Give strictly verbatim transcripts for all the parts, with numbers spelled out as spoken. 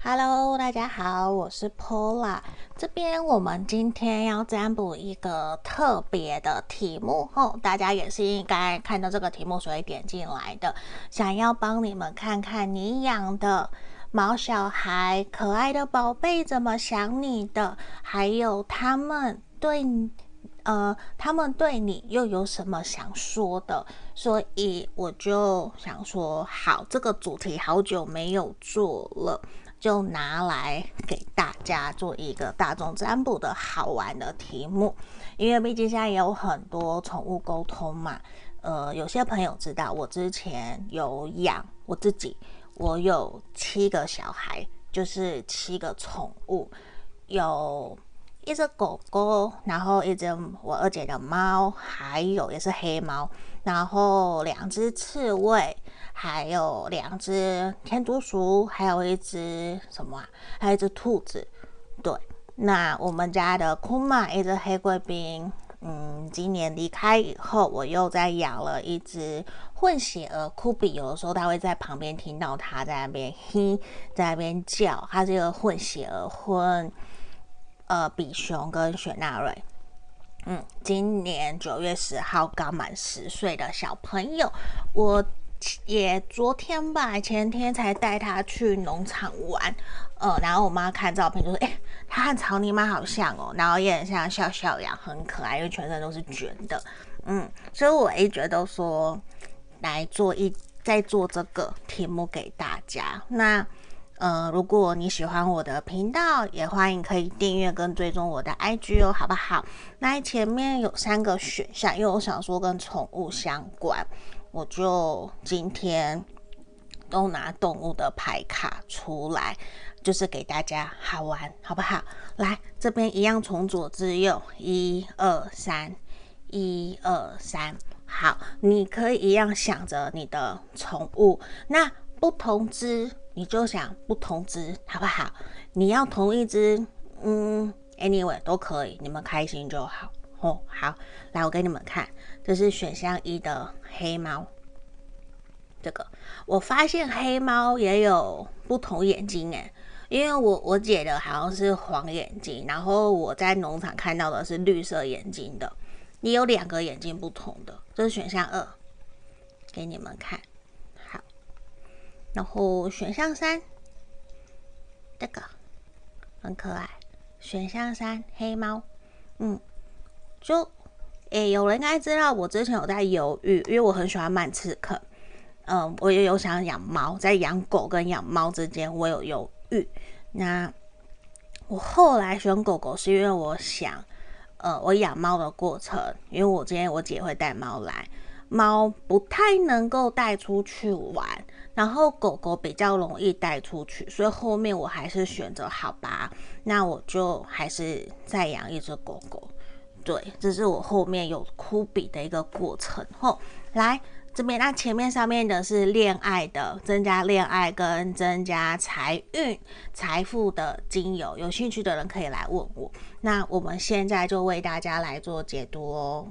Hello，大家好，我是 Pola。这边我们今天要占卜一个特别的题目哦，大家也是应该看到这个题目所以点进来的，想要帮你们看看你养的毛小孩、可爱的宝贝怎么想你的，还有他们对你。呃，他们对你又有什么想说的？所以我就想说，好，这个主题好久没有做了，就拿来给大家做一个大众占卜的好玩的题目。因为毕竟现在也有很多宠物沟通嘛，呃，有些朋友知道我之前有养我自己，我有七个小孩，就是七个宠物，有一只狗狗，然后一只我二姐的猫，还有也是黑猫，然后两只刺猬，还有两只天竺鼠，还有一只什么啊？还有一只兔子。对，那我们家的库玛，一只黑贵宾，嗯，今年离开以后，我又在养了一只混血儿库比。有的时候他会在旁边听到他在那边嘿，在那边叫。他是一个混血儿，混呃比熊跟雪纳瑞。嗯，今年九月十号刚满十岁的小朋友，我也昨天吧，前天才带他去农场玩，呃，然后我妈看照片就说，哎、欸，他和草泥马好像哦，然后也很像笑笑羊，很可爱，因为全身都是卷的，嗯，所以我一直都说来做一再做这个题目给大家。那呃，如果你喜欢我的频道，也欢迎可以订阅跟追踪我的 I G 哦，好不好？那前面有三个选项，因为我想说跟宠物相关，我就今天都拿动物的牌卡出来，就是给大家好玩，好不好？来，这边一样从左至右，一二三，一二三。好，你可以一样想着你的宠物，那不同只你就想不同只，好不好？你要同一只，嗯，anyway 都可以，你们开心就好。哦，好，来我给你们看，这是选项一的黑猫。这个我发现黑猫也有不同眼睛诶，因为我我姐的好像是黄眼睛，然后我在农场看到的是绿色眼睛的，也有两个眼睛不同的，这是选项二，给你们看。好，然后选项三，这个很可爱，选项三黑猫，嗯，就诶，有人应该知道我之前有在犹豫，因为我很喜欢曼赤肯。嗯，我也有想养猫，在养狗跟养猫之间，我有犹豫。那我后来选狗狗是因为我想，呃，我养猫的过程，因为我今天我姐会带猫来，猫不太能够带出去玩，然后狗狗比较容易带出去，所以后面我还是选择好吧，那我就还是再养一只狗狗。对，这是我后面有哭比的一个过程。后来。这边那前面上面的是恋爱的，增加恋爱跟增加财运、财富的精油，有兴趣的人可以来问我。那我们现在就为大家来做解读哦。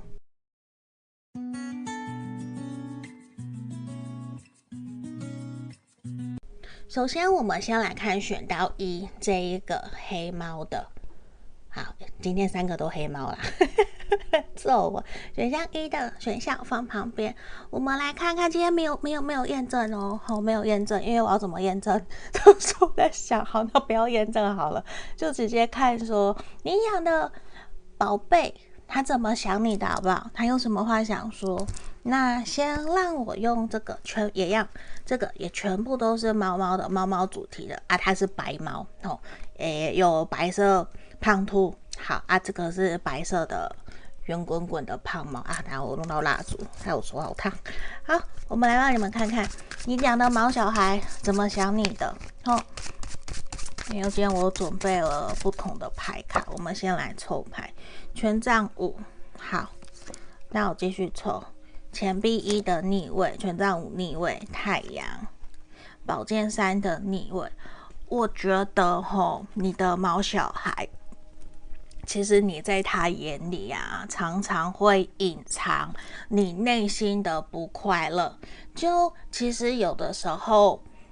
首先，我们先来看选到一这一个黑猫的。好，今天三个都黑猫啦，揍我！选项一的选项放旁边，我们来看看今天没有没有没有验证哦，好，没有验证，因为我要怎么验证？都是我在想，好，那不要验证好了，就直接看说你养的宝贝他怎么想你的好不好？他有什么话想说？那先让我用这个全也样，这个也全部都是猫猫的猫猫主题的啊，它是白猫哦，诶有白色。胖兔，好啊，这个是白色的圆滚滚的胖猫啊，然后我弄到蜡烛，还有手好烫。好，我们来让你们看看你养的毛小孩怎么想你的哦。因为今天我准备了不同的牌卡，我们先来抽牌，权杖五，好，那我继续抽钱币一的逆位，权杖五逆位，太阳，宝剑三的逆位。我觉得吼，你的毛小孩。其实你在他眼里啊，常常会隐藏你内心的不快乐。就其实有的时候，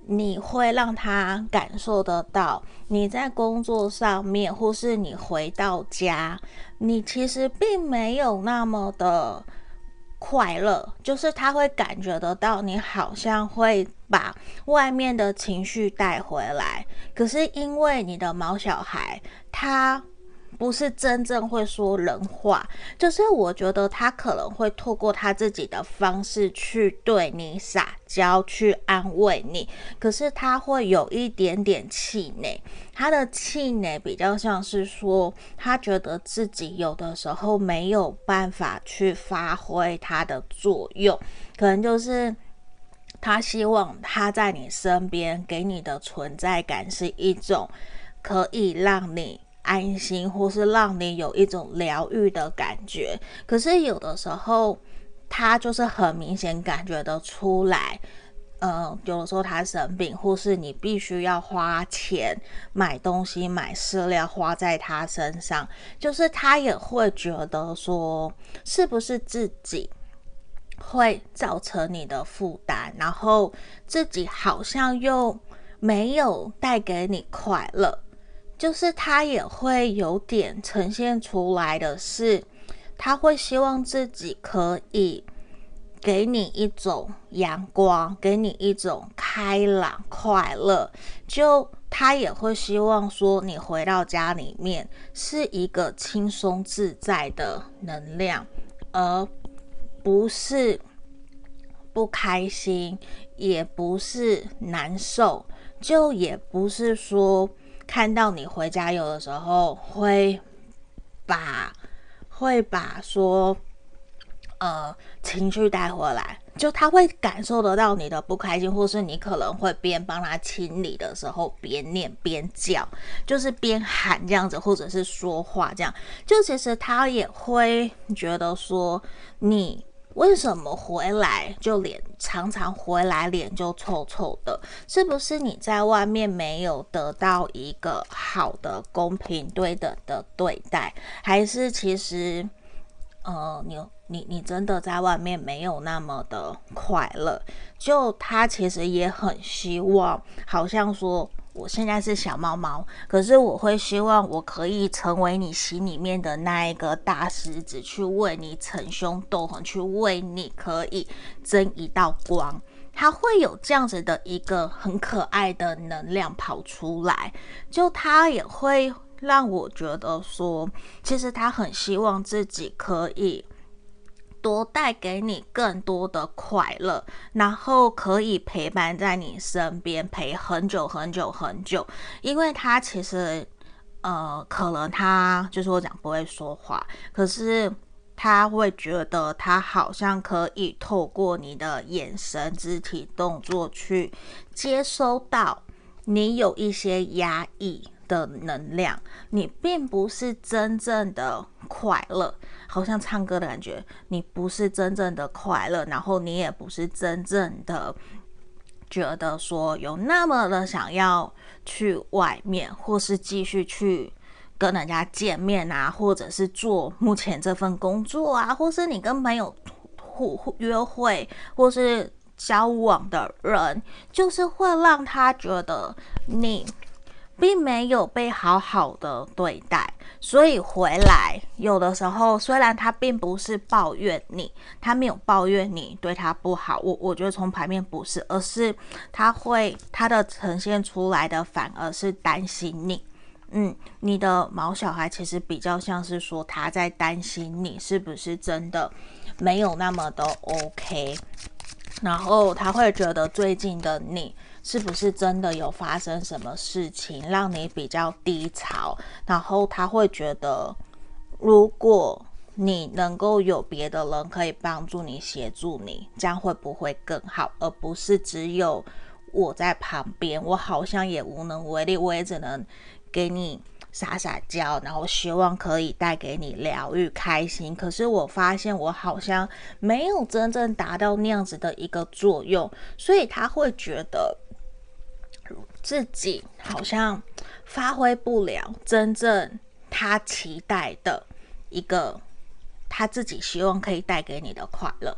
你会让他感受得到，你在工作上面，或是你回到家，你其实并没有那么的快乐，就是他会感觉得到你好像会把外面的情绪带回来，可是因为你的毛小孩他不是真正会说人话，就是我觉得他可能会透过他自己的方式去对你撒娇，去安慰你，可是他会有一点点气馁，他的气馁比较像是说他觉得自己有的时候没有办法去发挥他的作用，可能就是他希望他在你身边给你的存在感是一种可以让你安心，或是让你有一种疗愈的感觉，可是有的时候他就是很明显感觉得出来，呃，有的时候他生病，或是你必须要花钱买东西买饲料花在他身上，就是他也会觉得说是不是自己会造成你的负担，然后自己好像又没有带给你快乐，就是他也会有点呈现出来的是，他会希望自己可以给你一种阳光，给你一种开朗快乐，就他也会希望说你回到家里面是一个轻松自在的能量，而不是不开心，也不是难受，就也不是说看到你回家有的时候会把会把说呃情绪带回来，就他会感受得到你的不开心，或是你可能会边帮他清理的时候边念边叫，就是边喊这样子，或者是说话这样，就其实他也会觉得说你为什么回来就脸常常回来脸就臭臭的？是不是你在外面没有得到一个好的公平对等的对待？还是其实呃你你你真的在外面没有那么的快乐？就他其实也很希望，好像说我现在是小猫猫，可是我会希望我可以成为你心里面的那一个大狮子，去为你逞凶斗狠，去为你可以争一道光。他会有这样子的一个很可爱的能量跑出来，就他也会让我觉得说，其实他很希望自己可以多带给你更多的快乐，然后可以陪伴在你身边陪很久很久很久，因为他其实呃，可能他就是我讲不会说话，可是他会觉得他好像可以透过你的眼神肢体动作去接收到你有一些压抑的能量，你并不是真正的快乐，好像唱歌的感觉，你不是真正的快乐，然后你也不是真正的觉得说有那么的想要去外面，或是继续去跟人家见面啊，或者是做目前这份工作啊，或是你跟朋友互约会，或是交往的人，就是会让他觉得你并没有被好好的对待，所以回来有的时候虽然他并不是抱怨你，他没有抱怨你对他不好，我我觉得从牌面不是，而是他会他的呈现出来的反而是担心你。嗯，你的毛小孩其实比较像是说他在担心你是不是真的没有那么的 OK， 然后他会觉得最近的你是不是真的有发生什么事情让你比较低潮，然后他会觉得如果你能够有别的人可以帮助你协助你，这样会不会更好，而不是只有我在旁边，我好像也无能为力，我也只能给你撒撒娇，然后希望可以带给你疗愈开心，可是我发现我好像没有真正达到那样子的一个作用，所以他会觉得自己好像发挥不了真正他期待的一个他自己希望可以带给你的快乐。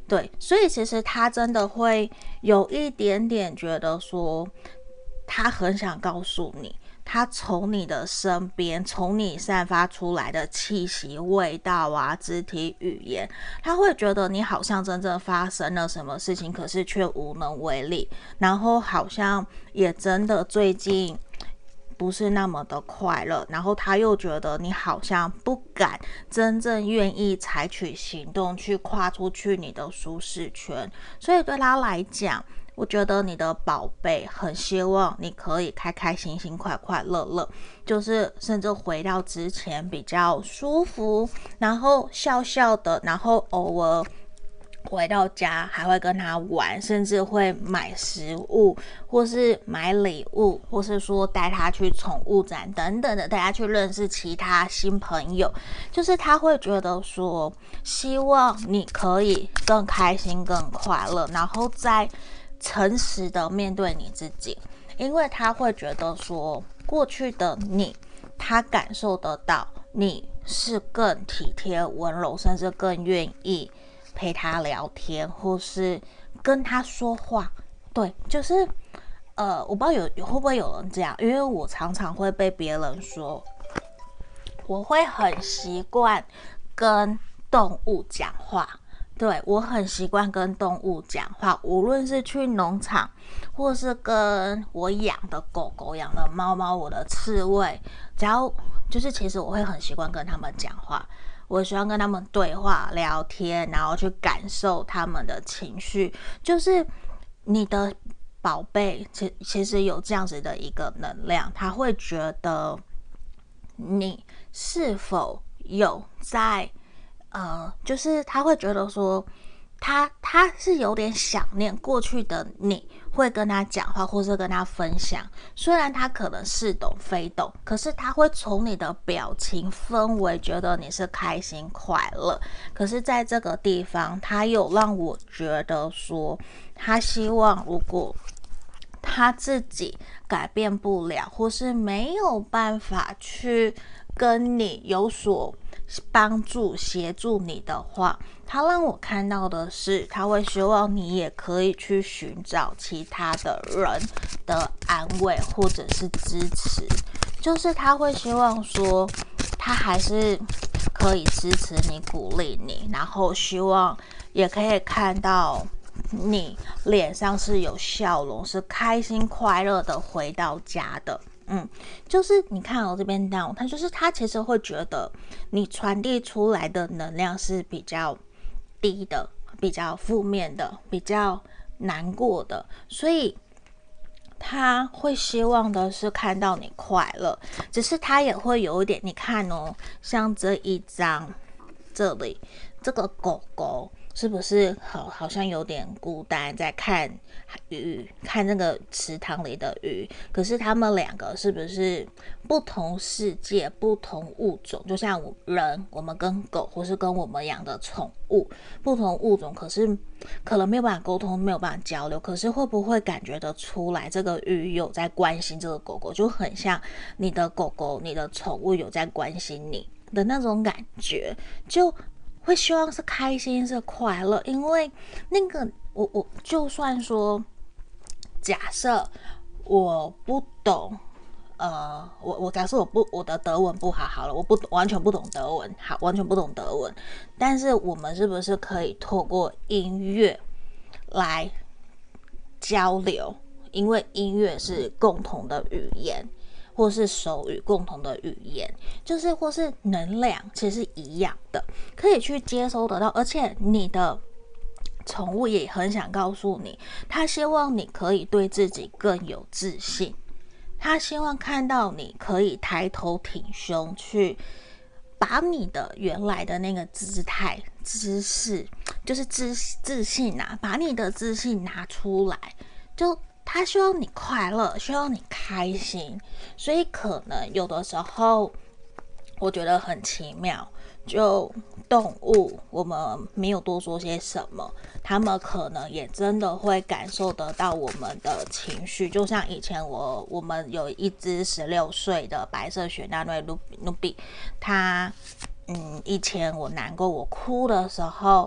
对，所以其实他真的会有一点点觉得说，他很想告诉你，他从你的身边，从你散发出来的气息、味道啊、肢体语言，他会觉得你好像真正发生了什么事情，可是却无能为力，然后好像也真的最近不是那么的快乐，然后他又觉得你好像不敢真正愿意采取行动去跨出去你的舒适圈，所以对他来讲，我觉得你的宝贝很希望你可以开开心心、快快乐乐，就是甚至回到之前比较舒服，然后笑笑的，然后偶尔回到家还会跟他玩，甚至会买食物，或是买礼物，或是说带他去宠物展等等的，带他去认识其他新朋友。就是他会觉得说，希望你可以更开心、更快乐，然后再诚实的面对你自己，因为他会觉得说，过去的你，他感受得到你是更体贴、温柔，甚至更愿意陪他聊天，或是跟他说话。对，就是呃，我不知道有会不会有人这样，因为我常常会被别人说，我会很习惯跟动物讲话。对，我很习惯跟动物讲话，无论是去农场，或是跟我养的狗狗、养的猫猫、我的刺猬，只要就是其实我会很习惯跟他们讲话。我喜欢跟他们对话聊天，然后去感受他们的情绪。就是你的宝贝其其实有这样子的一个能量，他会觉得你是否有在呃，就是他会觉得说，他他是有点想念过去的你，会跟他讲话，或是跟他分享。虽然他可能似懂非懂，可是他会从你的表情氛围觉得你是开心快乐。可是在这个地方，他有让我觉得说，他希望如果他自己改变不了，或是没有办法去跟你有所帮助协助你的话，他让我看到的是，他会希望你也可以去寻找其他的人的安慰或者是支持。就是他会希望说，他还是可以支持你、鼓励你，然后希望也可以看到你脸上是有笑容，是开心快乐的回到家的。嗯，就是你看我这边 down， 他就是他其实会觉得你传递出来的能量是比较低的，比较负面的，比较难过的，所以他会希望的是看到你快乐。只是他也会有一点，你看哦，像这一张这里这个狗狗是不是好好像有点孤单，在看鱼，看那个池塘里的鱼？可是他们两个是不是不同世界、不同物种？就像我人，我们跟狗，或是跟我们养的宠物，不同物种，可是可能没有办法沟通，没有办法交流。可是会不会感觉得出来，这个鱼有在关心这个狗狗，就很像你的狗狗、你的宠物有在关心你的那种感觉，就会希望是开心是快乐。因为那个我我就算说假设我不懂，呃，我我假设我不我的德文不好好了，我不完全不懂德文，好，完全不懂德文，但是我们是不是可以透过音乐来交流？因为音乐是共同的语言，或是手语共同的语言，就是或是能量，其实是一样的，可以去接收得到。而且你的宠物也很想告诉你，他希望你可以对自己更有自信，他希望看到你可以抬头挺胸，去把你的原来的那个姿态、姿势，就是自自信啊，把你的自信拿出来，就他希望你快乐，希望你开心。所以可能有的时候我觉得很奇妙，就动物我们没有多说些什么，他们可能也真的会感受得到我们的情绪。就像以前我我们有一只十六岁的白色雪纳瑞努比，它嗯，以前我难过我哭的时候，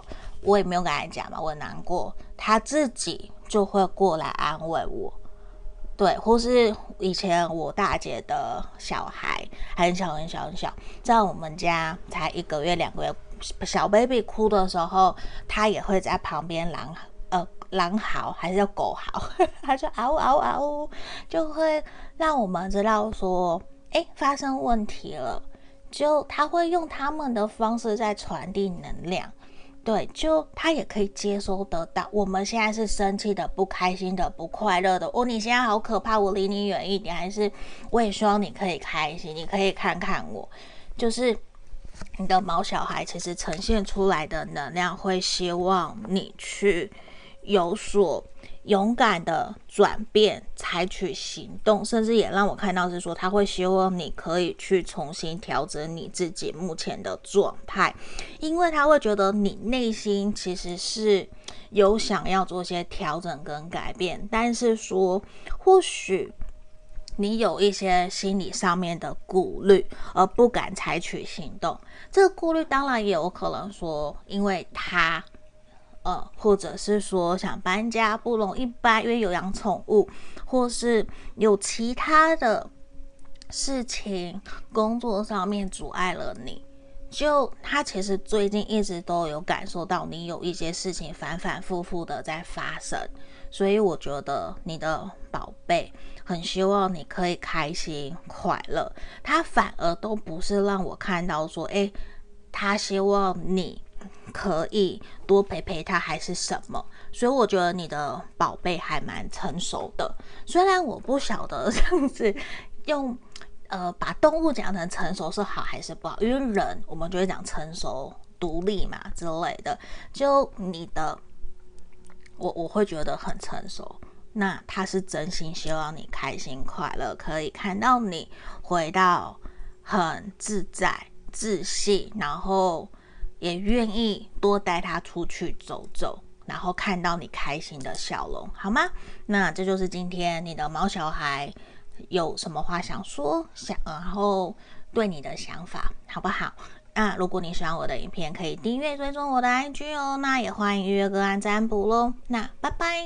我也没有跟他讲嘛，我难过，他自己就会过来安慰我。对，或是以前我大姐的小孩很小很小很小，在我们家才一个月两个月，小 baby 哭的时候，他也会在旁边狼呃狼嚎还是叫狗嚎，他就嗷嗷嗷，就会让我们知道说，哎，发生问题了，就他会用他们的方式在传递能量。对，就他也可以接收得到，我们现在是生气的、不开心的、不快乐的。哦，你现在好可怕，我离你远一点。还是我也希望你可以开心，你可以看看我。就是你的毛小孩其实呈现出来的能量，会希望你去有所勇敢的转变，采取行动，甚至也让我看到是说，他会希望你可以去重新调整你自己目前的状态，因为他会觉得你内心其实是有想要做些调整跟改变，但是说或许你有一些心理上面的顾虑，而不敢采取行动。这个顾虑当然也有可能说，因为他呃，或者是说想搬家不容易搬，因为有养宠物，或是有其他的事情，工作上面阻碍了你。就他其实最近一直都有感受到你有一些事情反反复复的在发生，所以我觉得你的宝贝很希望你可以开心快乐，他反而都不是让我看到说，诶，他希望你可以多陪陪他还是什么，所以我觉得你的宝贝还蛮成熟的。虽然我不晓得这样子用呃把动物讲成成熟是好还是不好，因为人我们就会讲成熟独立嘛之类的，就你的我我会觉得很成熟，那他是真心希望你开心快乐，可以看到你回到很自在自信，然后也愿意多带他出去走走，然后看到你开心的笑容，好吗？那这就是今天你的毛小孩有什么话想说，想然后对你的想法，好不好？那如果你喜欢我的影片，可以订阅追踪我的 I G 哦。那也欢迎预约个案占卜咯。那拜拜。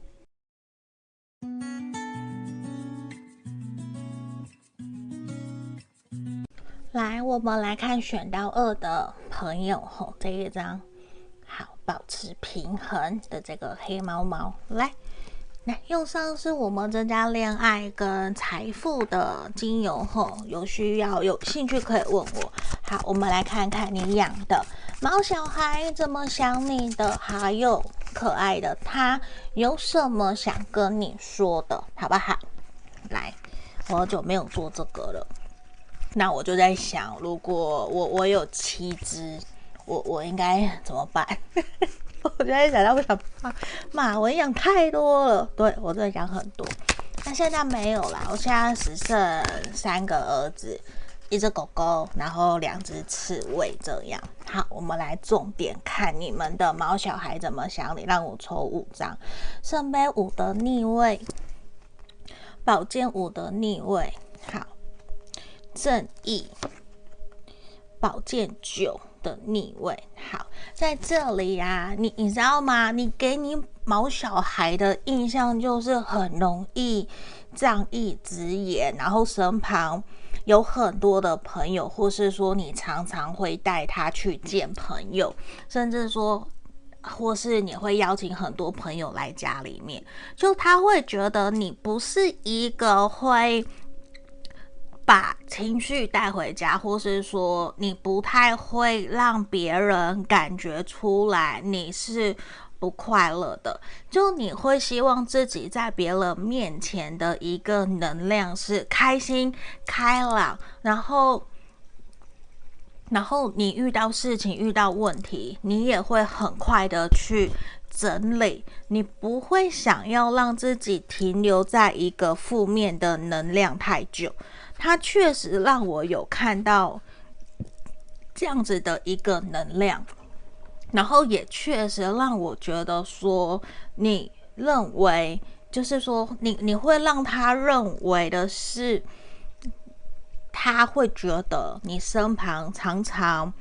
来，我们来看选到二的朋友吼，这一张好，保持平衡的这个黑猫猫，来，来用上是我们增加恋爱跟财富的精油吼，有需要有兴趣可以问我。好，我们来看看你养的毛小孩怎么想你的，还有可爱的他有什么想跟你说的，好不好？来，我好久没有做这个了。那我就在想，如果我我有七只，我我应该怎么办？我就在想，我想骂骂我养太多了，对我真的养很多。那现在没有啦，我现在只剩三个儿子，一只狗狗，然后两只刺猬这样。好，我们来重点看你们的毛小孩怎么想你，让我抽五张，圣杯五的逆位，宝剑五的逆位，好。正义，宝剑九的逆位，好，在这里啊，你你知道吗？你给你毛小孩的印象就是很容易仗义直言，然后身旁有很多的朋友，或是说你常常会带他去见朋友，甚至说。或是你会邀请很多朋友来家里面，就他会觉得你不是一个会把情绪带回家，或是说你不太会让别人感觉出来你是不快乐的，就你会希望自己在别人面前的一个能量是开心开朗，然后然后你遇到事情遇到问题，你也会很快的去整理，你不会想要让自己停留在一个负面的能量太久。它确实让我有看到这样子的一个能量，然后也确实让我觉得说，你认为就是说你你会让他认为的是，他会觉得你身旁常常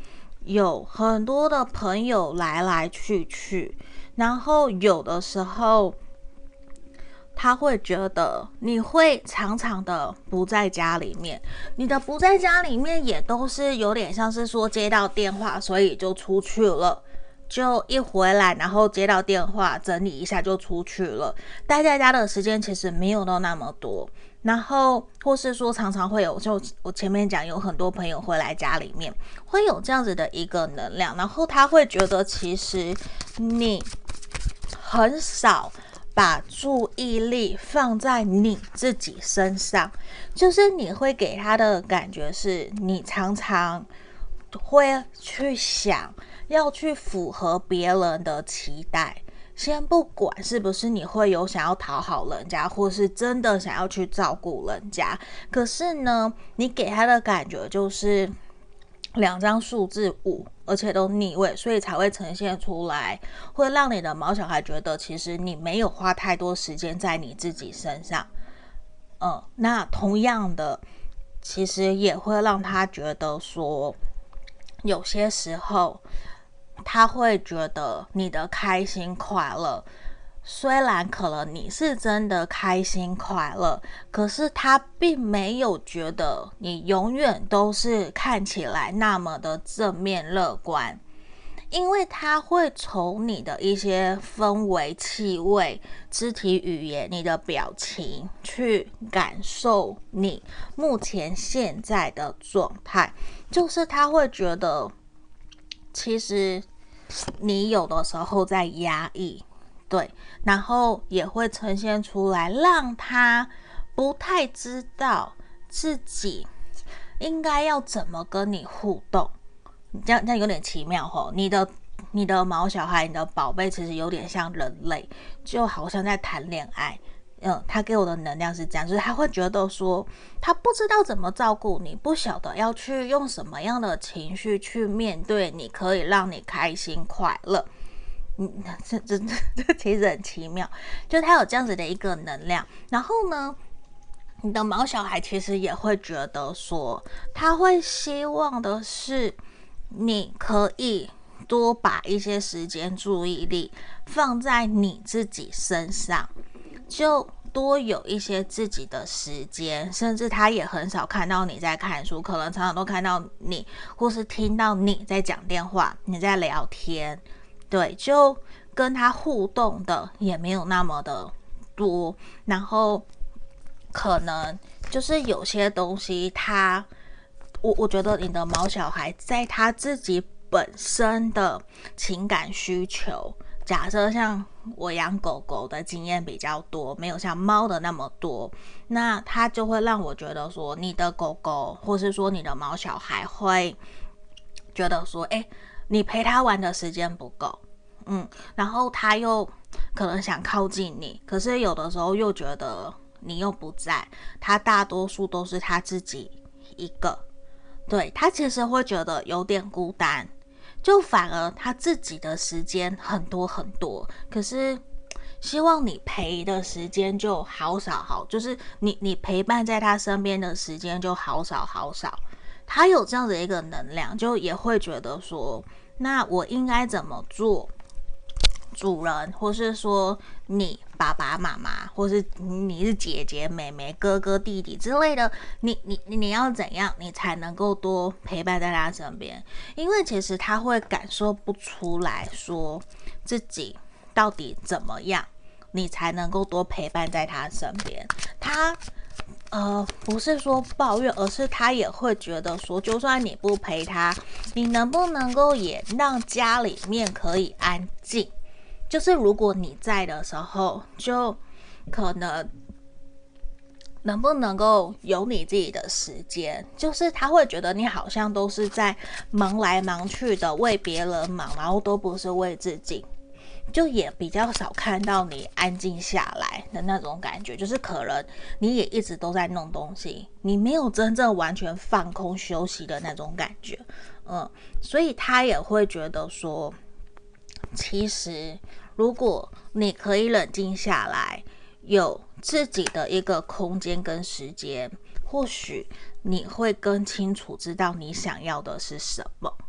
有很多的朋友来来去去，然后有的时候他会觉得你会常常的不在家里面，你的不在家里面也都是有点像是说接到电话，所以就出去了，就一回来然后接到电话整理一下就出去了，待在家的时间其实没有到那么多。然后或是说常常会有，就我前面讲有很多朋友会来家里面，会有这样子的一个能量，然后他会觉得其实你很少把注意力放在你自己身上，就是你会给他的感觉是你常常会去想要去符合别人的期待，先不管是不是你会有想要讨好人家，或是真的想要去照顾人家，可是呢你给他的感觉就是两张数字五，而且都逆位，所以才会呈现出来，会让你的毛小孩觉得其实你没有花太多时间在你自己身上。嗯，那同样的其实也会让他觉得说有些时候他会觉得你的开心快乐，虽然可能你是真的开心快乐，可是他并没有觉得你永远都是看起来那么的正面乐观，因为他会从你的一些氛围、气味、肢体语言、你的表情去感受你目前现在的状态，就是他会觉得其实你有的时候在压抑，对，然后也会呈现出来，让他不太知道自己应该要怎么跟你互动。这样这样有点奇妙吼，你的你的毛小孩，你的宝贝其实有点像人类，就好像在谈恋爱。嗯，他给我的能量是这样，就是他会觉得说，他不知道怎么照顾你，不晓得要去用什么样的情绪去面对你，可以让你开心快乐。嗯，这这这其实很奇妙，就他有这样子的一个能量。然后呢，你的毛小孩其实也会觉得说，他会希望的是你可以多把一些时间、注意力放在你自己身上，就多有一些自己的时间，甚至他也很少看到你在看书，可能常常都看到你或是听到你在讲电话，你在聊天，对，就跟他互动的也没有那么的多，然后可能就是有些东西他我我觉得你的毛小孩在他自己本身的情感需求，假设像我养狗狗的经验比较多，没有像猫的那么多，那它就会让我觉得说，你的狗狗或是说你的毛小孩会觉得说，哎，你陪它玩的时间不够，嗯，然后它又可能想靠近你，可是有的时候又觉得你又不在，它大多数都是它自己一个，对，它其实会觉得有点孤单。就反而他自己的时间很多很多，可是希望你陪的时间就好少好，就是你你陪伴在他身边的时间就好少好少。他有这样的一个能量，就也会觉得说，那我应该怎么做？主人，或是说你爸爸妈妈，或是你是姐姐、妹妹、哥哥、弟弟之类的，你你你要怎样，你才能够多陪伴在他身边？因为其实他会感受不出来说自己到底怎么样，你才能够多陪伴在他身边。他呃，不是说抱怨，而是他也会觉得说，就算你不陪他，你能不能够也让家里面可以安静？就是如果你在的时候，就可能能不能够有你自己的时间，就是他会觉得你好像都是在忙来忙去的，为别人忙，然后都不是为自己，就也比较少看到你安静下来的那种感觉，就是可能你也一直都在弄东西，你没有真正完全放空休息的那种感觉，嗯，所以他也会觉得说，其实如果你可以冷静下来，有自己的一个空间跟时间，或许你会更清楚知道你想要的是什么。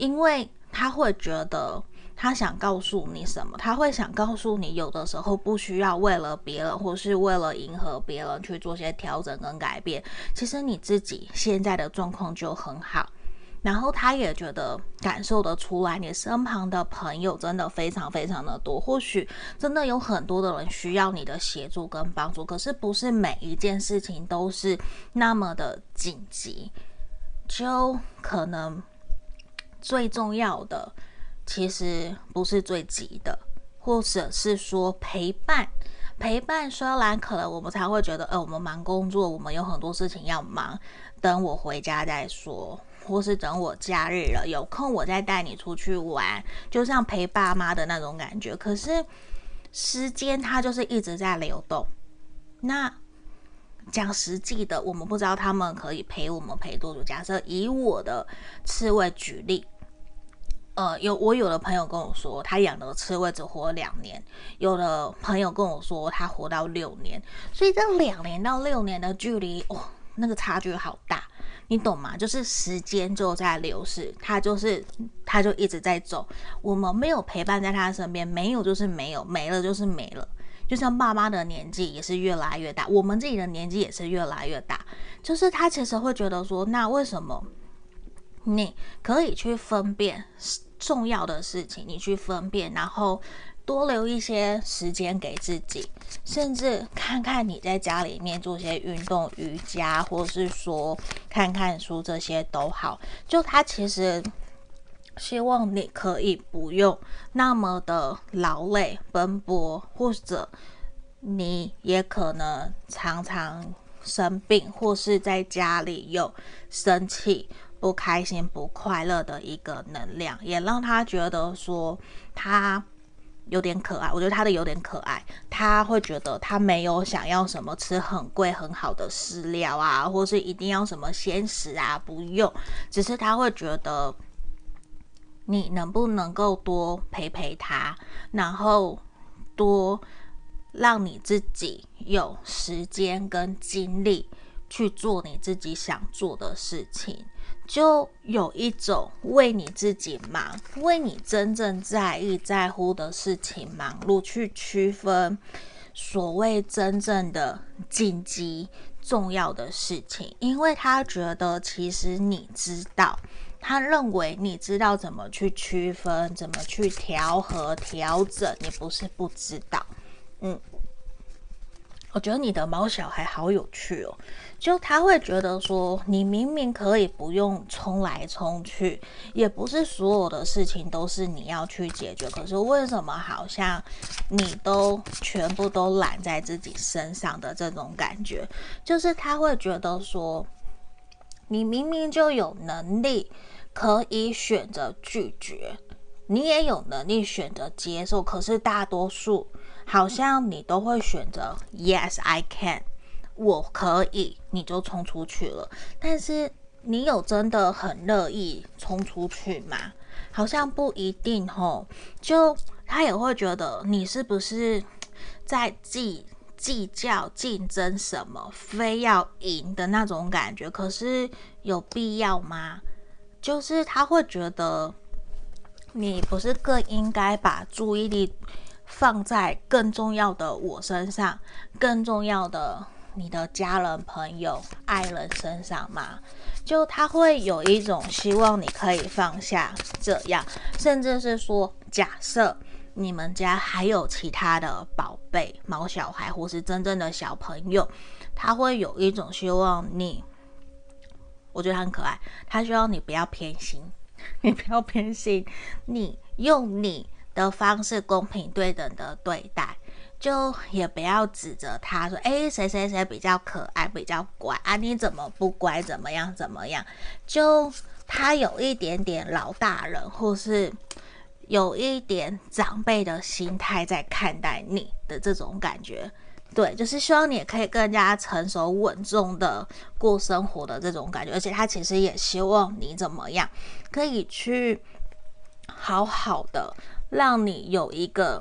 因为他会觉得他想告诉你什么，他会想告诉你，有的时候不需要为了别人或是为了迎合别人去做些调整跟改变，其实你自己现在的状况就很好。然后他也觉得感受得出来，你身旁的朋友真的非常非常的多，或许真的有很多的人需要你的协助跟帮助，可是不是每一件事情都是那么的紧急，就可能最重要的其实不是最急的，或者是说陪伴。陪伴虽然可能我们才会觉得，呃，我们忙工作，我们有很多事情要忙，等我回家再说，或是等我假日了有空我再带你出去玩，就像陪爸妈的那种感觉。可是时间它就是一直在流动。那讲实际的，我们不知道他们可以陪我们陪多久。假设以我的刺猬举例，呃，有我有的朋友跟我说，他养的刺猬只活两年；有的朋友跟我说，他活到六年。所以这两年到六年的距离，哦，那个差距好大，你懂吗？就是时间就在流逝，他就是他就一直在走，我们没有陪伴在他身边，没有就是没有，没了就是没了。就像爸妈的年纪也是越来越大，我们自己的年纪也是越来越大，就是他其实会觉得说，那为什么你可以去分辨重要的事情，你去分辨，然后多留一些时间给自己，甚至看看你在家里面做些运动、瑜伽，或是说看看书，这些都好。就他其实希望你可以不用那么的劳累奔波，或者你也可能常常生病，或是在家里有生气、不开心、不快乐的一个能量，也让他觉得说他有点可爱。我觉得他的有点可爱，他会觉得他没有想要什么吃很贵很好的饲料啊，或是一定要什么鲜食啊，不用，只是他会觉得你能不能够多陪陪他，然后多让你自己有时间跟精力去做你自己想做的事情，就有一种为你自己忙，为你真正在意在乎的事情忙碌，去区分所谓真正的紧急重要的事情。因为他觉得其实你知道，他认为你知道怎么去区分，怎么去调和调整，你不是不知道。嗯，我觉得你的毛小孩好有趣哦，就他会觉得说，你明明可以不用冲来冲去，也不是所有的事情都是你要去解决，可是为什么好像你都全部都揽在自己身上的这种感觉，就是他会觉得说，你明明就有能力可以选择拒绝，你也有能力选择接受，可是大多数好像你都会选择 Yes I can， 我可以，你就冲出去了。但是你有真的很乐意冲出去吗？好像不一定吼。就他也会觉得你是不是在计计较竞争什么，非要赢的那种感觉，可是有必要吗？就是他会觉得你不是更应该把注意力放在更重要的我身上，更重要的你的家人、朋友、爱人身上吗？就他会有一种希望你可以放下这样，甚至是说，假设你们家还有其他的宝贝、毛小孩或是真正的小朋友，他会有一种希望你，我觉得他很可爱，他希望你不要偏心，你不要偏心，你用你的方式公平对等的对待，就也不要指责他说，哎，谁谁谁比较可爱比较乖啊，你怎么不乖，怎么样怎么样，就他有一点点老大人或是有一点长辈的心态在看待你的这种感觉。对，就是希望你也可以更加成熟稳重的过生活的这种感觉，而且他其实也希望你怎么样可以去好好的让你有一个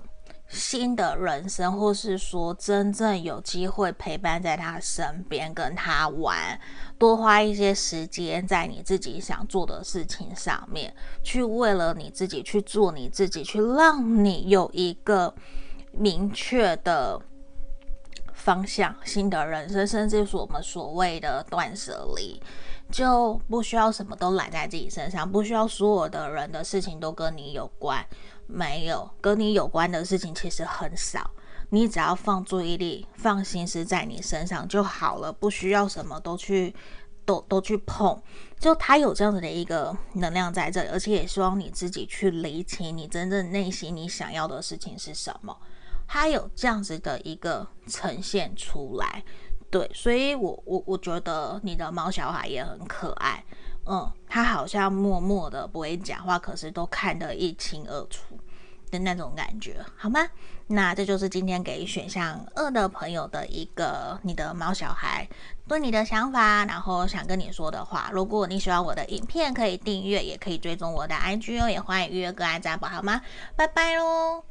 新的人生，或是说真正有机会陪伴在他身边，跟他玩，多花一些时间在你自己想做的事情上面，去为了你自己去做你自己，去让你有一个明确的方向，新的人生，甚至是我们所谓的断舍离，就不需要什么都揽在自己身上，不需要所有的人的事情都跟你有关，没有跟你有关的事情其实很少，你只要放注意力放心思在你身上就好了，不需要什么都去都都去碰，就它有这样子的一个能量在这里，而且也希望你自己去理清你真正内心你想要的事情是什么，它有这样子的一个呈现出来。对，所以我我我觉得你的毛小孩也很可爱，嗯，他好像默默的不会讲话，可是都看得一清二楚的那种感觉，好吗？那这就是今天给选项二的朋友的一个你的毛小孩对你的想法，然后想跟你说的话。如果你喜欢我的影片，可以订阅，也可以追踪我的 I G 哦，也欢迎预约个案占卜，好吗？拜拜咯。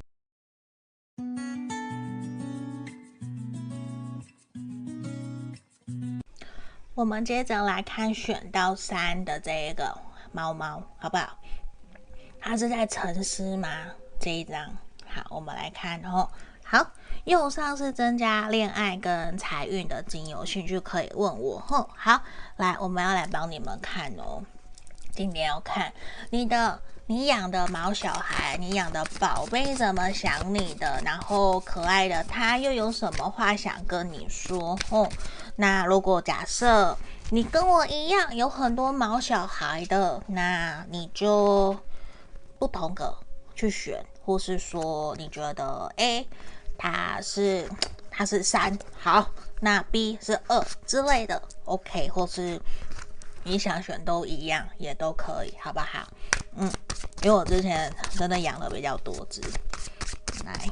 我们接着来看选到三的这个猫猫，好不好？它是在沉思吗？这一张，好，我们来看哦。好，右上是增加恋爱跟财运的精油，兴趣可以问我哦。好，来，我们要来帮你们看哦。今天要看你的。你养的毛小孩，你养的宝贝怎么想你的？然后可爱的他又有什么话想跟你说？哦，那如果假设你跟我一样有很多毛小孩的，那你就不同个去选，或是说你觉得 A 他是他是三，好，那 B 是二之类的 ，OK， 或是你想选都一样也都可以，好不好？嗯，因为我之前真的养的比较多只，来，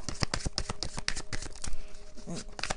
嗯，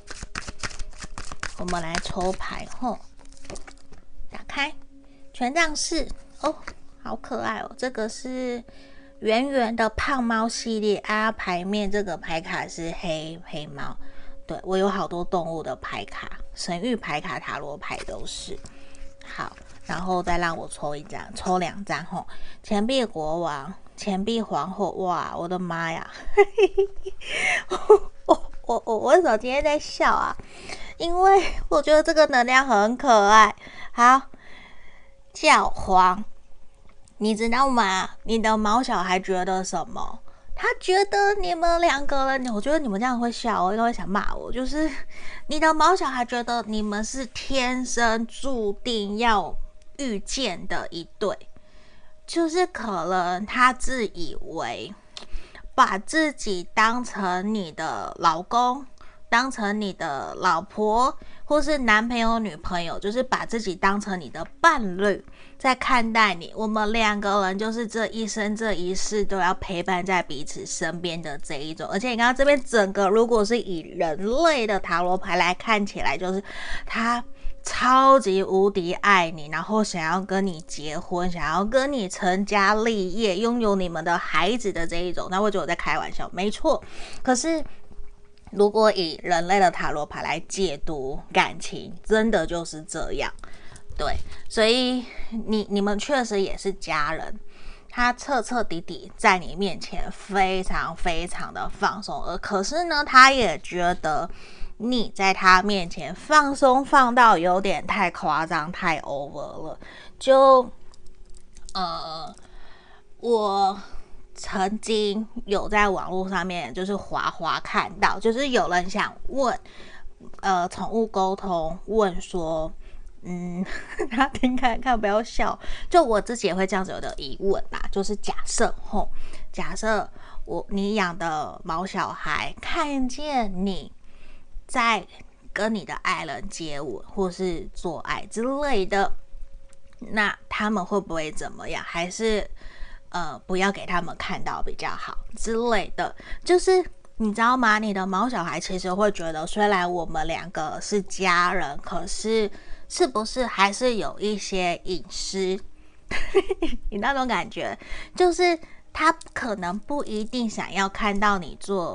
我们来抽牌吼，打开权杖四哦，好可爱哦，这个是圆圆的胖猫系列啊，牌面这个牌卡是黑黑猫，对我有好多动物的牌卡，神谕牌卡、塔罗牌都是，好。然后再让我抽一张，抽两张吼。钱币国王，钱币皇后，哇，我的妈呀！我我我我为什么今天在笑啊？因为我觉得这个能量很可爱。好，教皇，你知道吗？你的毛小孩觉得什么？他觉得你们两个人，我觉得你们这样会笑哦，应该会想骂我。就是你的毛小孩觉得你们是天生注定要遇见的一对，就是可能他自以为把自己当成你的老公，当成你的老婆，或是男朋友、女朋友，就是把自己当成你的伴侣在看待你。我们两个人就是这一生这一世都要陪伴在彼此身边的这一种。而且你看到这边整个，如果是以人类的塔罗牌来看起来，就是他超级无敌爱你，然后想要跟你结婚，想要跟你成家立业，拥有你们的孩子的这一种。那我觉得我在开玩笑，没错。可是如果以人类的塔罗牌来解读感情，真的就是这样。对，所以你你们确实也是家人。他彻彻底底在你面前非常非常的放松，而可是呢，他也觉得你在他面前放松放到有点太夸张太 over 了。就呃我曾经有在网络上面就是滑滑看到，就是有人想问呃宠物沟通，问说嗯，大家听看看，不要笑。就我自己也会这样子有的疑问啦，就是假设吼，假设我你养的毛小孩看见你在跟你的爱人接吻或是做爱之类的，那他们会不会怎么样？还是呃不要给他们看到比较好之类的？就是你知道吗？你的毛小孩其实会觉得，虽然我们两个是家人，可是是不是还是有一些隐私？你那种感觉，就是他可能不一定想要看到你做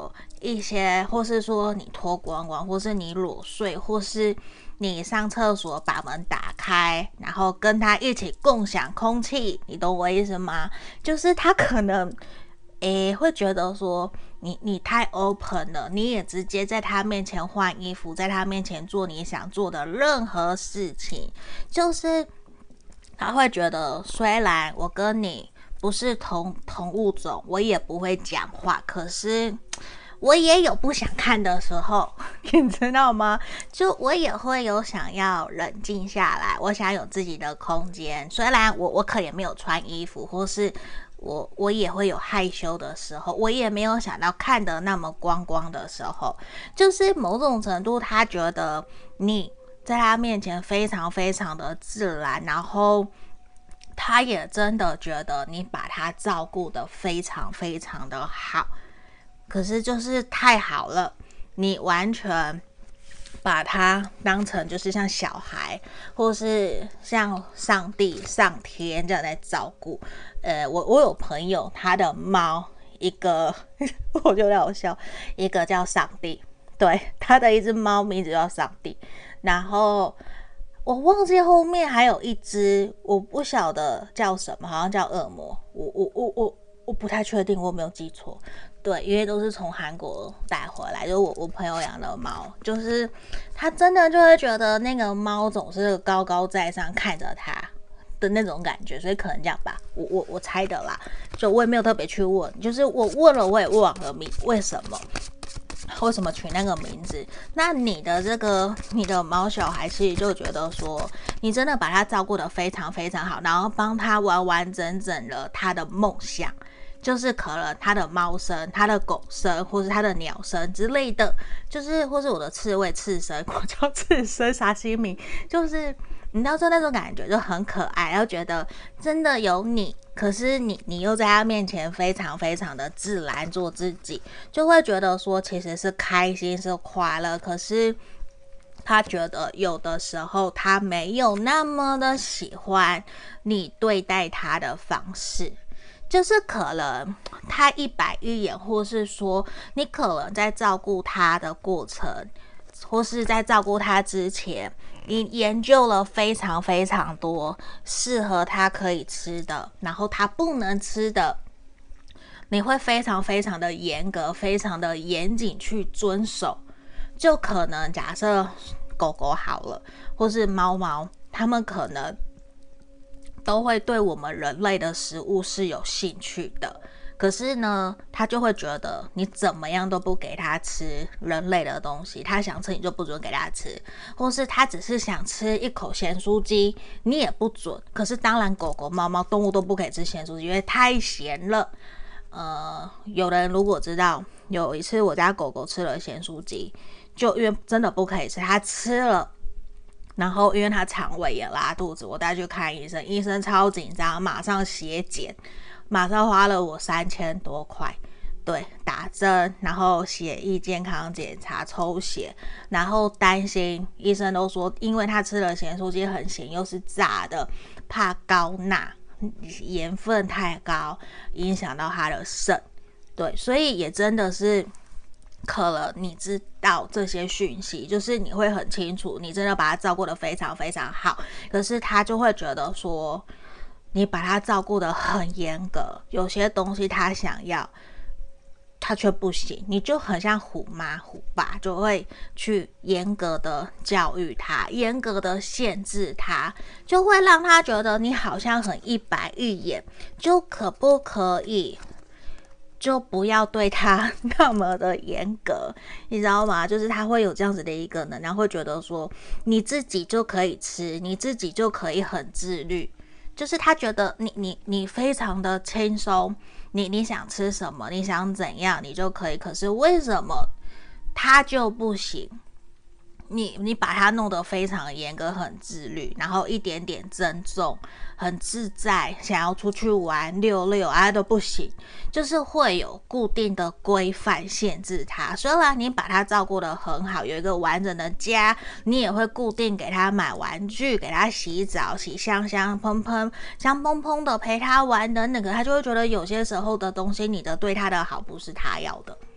一些，或是说你脱光光，或是你裸睡，或是你上厕所把门打开，然后跟他一起共享空气，你懂我意思吗？就是他可能诶会觉得说你你太 open 了，你也直接在他面前换衣服，在他面前做你想做的任何事情，就是他会觉得虽然我跟你不是同同物种，我也不会讲话，可是我也有不想看的时候，你知道吗？就我也会有想要冷静下来，我想有自己的空间。虽然我我可能没有穿衣服，或是我我也会有害羞的时候，我也没有想到看得那么光光的时候，就是某种程度他觉得你在他面前非常非常的自然，然后他也真的觉得你把他照顾得非常非常的好。可是就是太好了，你完全把他当成就是像小孩，或是像上帝、上天这样在照顾。呃，我我有朋友，他的猫一个，我就让我笑，一个叫上帝，对，他的一只猫名字叫上帝，然后我忘记后面还有一只，我不晓得叫什么，好像叫恶魔，我我我我我不太确定，我没有记错。对，因为都是从韩国带回来，就是我我朋友养的猫，就是他真的就会觉得那个猫总是高高在上看着他的那种感觉，所以可能这样吧，我我我猜的啦，就我也没有特别去问，就是我问了我也忘了名为什么为什么取那个名字。那你的这个你的猫小孩其实就觉得说你真的把他照顾得非常非常好，然后帮他完完整整了他的梦想，就是可能他的猫声、他的狗声，或是他的鸟声之类的，就是或是我的刺猬刺声，我叫刺声沙西米，就是你知道说那种感觉就很可爱，然后觉得真的有你，可是你你又在他面前非常非常的自然做自己，就会觉得说其实是开心是快乐，可是他觉得有的时候他没有那么的喜欢你对待他的方式。就是可能他一板一眼，或是说你可能在照顾他的过程，或是在照顾他之前，你研究了非常非常多适合他可以吃的，然后他不能吃的，你会非常非常的严格，非常的严谨去遵守。就可能假设狗狗好了，或是猫猫，他们可能都会对我们人类的食物是有兴趣的，可是呢，他就会觉得你怎么样都不给他吃人类的东西，他想吃你就不准给他吃，或是他只是想吃一口咸酥鸡，你也不准。可是当然，狗狗、猫猫动物都不可以吃咸酥鸡，因为太咸了。呃，有人如果知道，有一次我家狗狗吃了咸酥鸡，就因为真的不可以吃，它吃了。然后因为他肠胃也拉肚子，我带去看医生，医生超紧张，马上血检，马上花了我三千多块，对，打针，然后血液健康检查、抽血，然后担心，医生都说，因为他吃了咸酥鸡很咸，又是炸的，怕高钠，盐分太高，影响到他的肾，对，所以也真的是。可能你知道这些讯息，就是你会很清楚，你真的把他照顾得非常非常好，可是他就会觉得说你把他照顾得很严格，有些东西他想要他却不行，你就很像虎妈虎爸，就会去严格的教育他，严格的限制他，就会让他觉得你好像很一板一眼，就可不可以就不要对他那么的严格，你知道吗？就是他会有这样子的一个能量，会觉得说你自己就可以吃，你自己就可以很自律，就是他觉得你你你非常的轻松，你你想吃什么，你想怎样，你就可以。可是为什么他就不行？你你把它弄得非常严格，很自律，然后一点点增重，很自在，想要出去玩溜溜啊都不行，就是会有固定的规范限制它。虽然你把它照顾得很好，有一个完整的家，你也会固定给它买玩具，给它洗澡，洗香香喷喷，香喷喷的陪它玩等等，可它就会觉得有些时候的东西，你的对它的好不是它要的。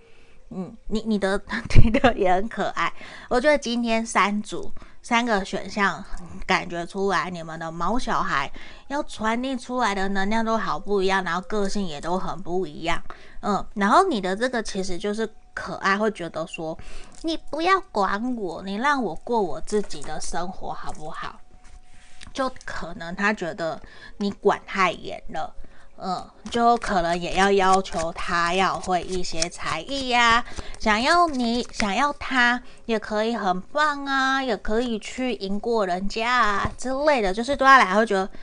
嗯，你你的你的也很可爱。我觉得今天三组三个选项，感觉出来你们的毛小孩要传递出来的能量都好不一样，然后个性也都很不一样。嗯，然后你的这个其实就是可爱，会觉得说你不要管我，你让我过我自己的生活好不好？就可能他觉得你管太严了。嗯，就可能也要要求他要会一些才艺呀、啊，想要你想要他也可以很棒啊，也可以去赢过人家啊之类的，就是对他来会觉得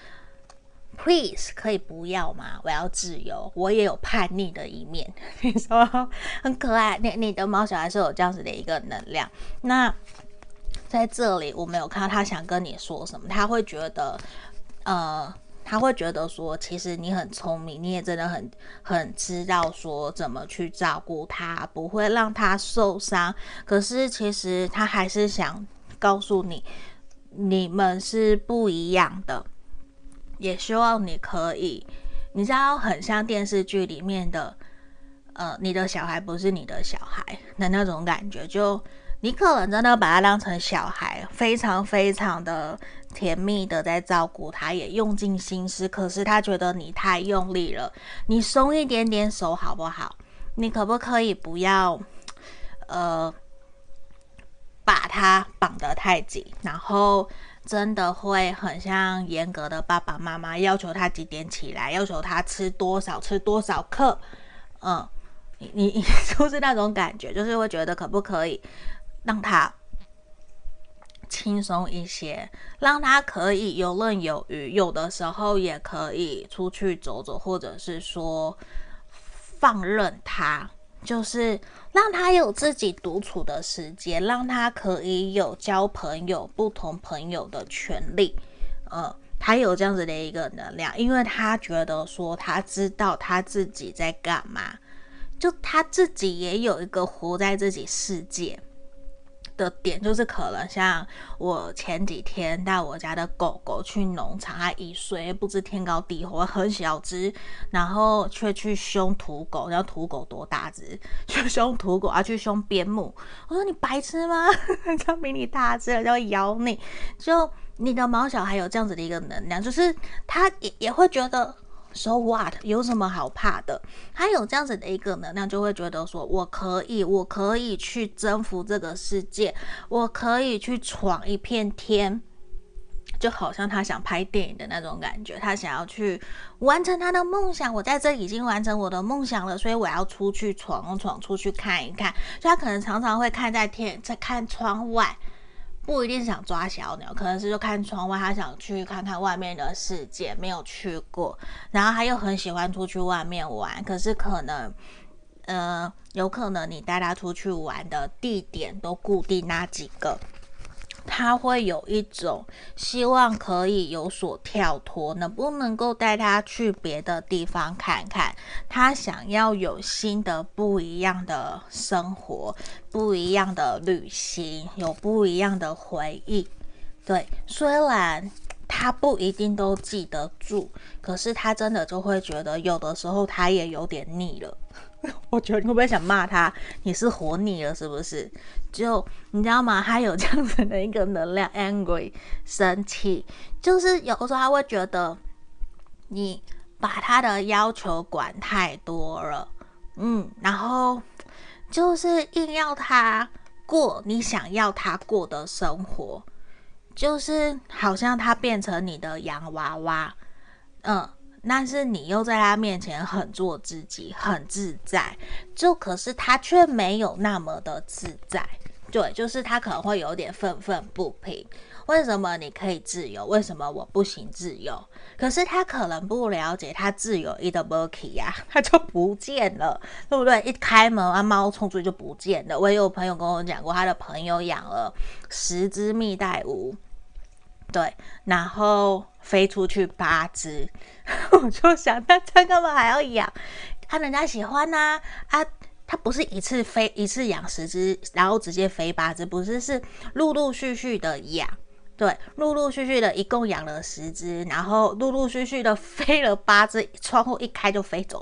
，please 可以不要吗？我要自由，我也有叛逆的一面，你说很可爱。你你的毛小孩是有这样子的一个能量，那在这里我没有看到他想跟你说什么，他会觉得呃。他会觉得说，其实你很聪明，你也真的很很知道说怎么去照顾他，不会让他受伤。可是其实他还是想告诉你，你们是不一样的，也希望你可以，你知道，很像电视剧里面的，呃，你的小孩不是你的小孩的那种感觉，就。你可能真的把他当成小孩，非常非常的甜蜜的在照顾他，也用尽心思。可是他觉得你太用力了，你松一点点手好不好？你可不可以不要，呃，把他绑得太紧，然后真的会很像严格的爸爸妈妈，要求他几点起来，要求他吃多少，吃多少克。嗯，你你就是那种感觉，就是会觉得可不可以？让他轻松一些，让他可以游刃有余，有的时候也可以出去走走，或者是说放任他，就是让他有自己独处的时间，让他可以有交朋友、不同朋友的权利。呃，他有这样子的一个能量，因为他觉得说他知道他自己在干嘛，就他自己也有一个活在自己世界。的点就是可能像我前几天带我家的狗狗去农场，它一岁不知天高地厚，很小只，然后却去凶土狗，然后土狗多大只，去凶土狗，啊去凶边牧。我说你白痴吗？它比你大只，然后咬你。就你的毛小孩有这样子的一个能量，就是他也也会觉得。So what？ 有什么好怕的？他有这样子的一个能量，就会觉得说，我可以，我可以去征服这个世界，我可以去闯一片天，就好像他想拍电影的那种感觉，他想要去完成他的梦想。我在这已经完成我的梦想了，所以我要出去闯闯，出去看一看。所以他可能常常会看在天，在看窗外。不一定是想抓小鸟，可能是就看窗外，他想去看看外面的世界，没有去过，然后他又很喜欢出去外面玩，可是可能，呃，有可能你带他出去玩的地点都固定那几个，他会有一种希望可以有所跳脱，能不能够带他去别的地方看看？他想要有新的不一样的生活，不一样的旅行，有不一样的回忆。对，虽然他不一定都记得住，可是他真的就会觉得有的时候他也有点腻了。我觉得你会不会想骂他？你是活腻了是不是？就你知道吗？他有这样子的一个能量 ，angry 生气，就是有的时候他会觉得你把他的要求管太多了，嗯，然后就是硬要他过你想要他过的生活，就是好像他变成你的洋娃娃，嗯。但是你又在他面前很做自己，很自在，就可是他却没有那么的自在。对，就是他可能会有点愤愤不平，为什么你可以自由，为什么我不行自由？可是他可能不了解，他自由一的 Burkey 呀，他就不见了，对不对？一开门啊，猫冲出去就不见了。我也有朋友跟我讲过，他的朋友养了十只蜜袋鼯。对，然后飞出去八只，我就想，他他干嘛还要养？看人家喜欢呐、啊，啊，他不是一次飞一次养十只，然后直接飞八只，不是，是陆陆续续的养，对，陆陆续续的，一共养了十只，然后陆陆续续的飞了八只，窗户一开就飞走了。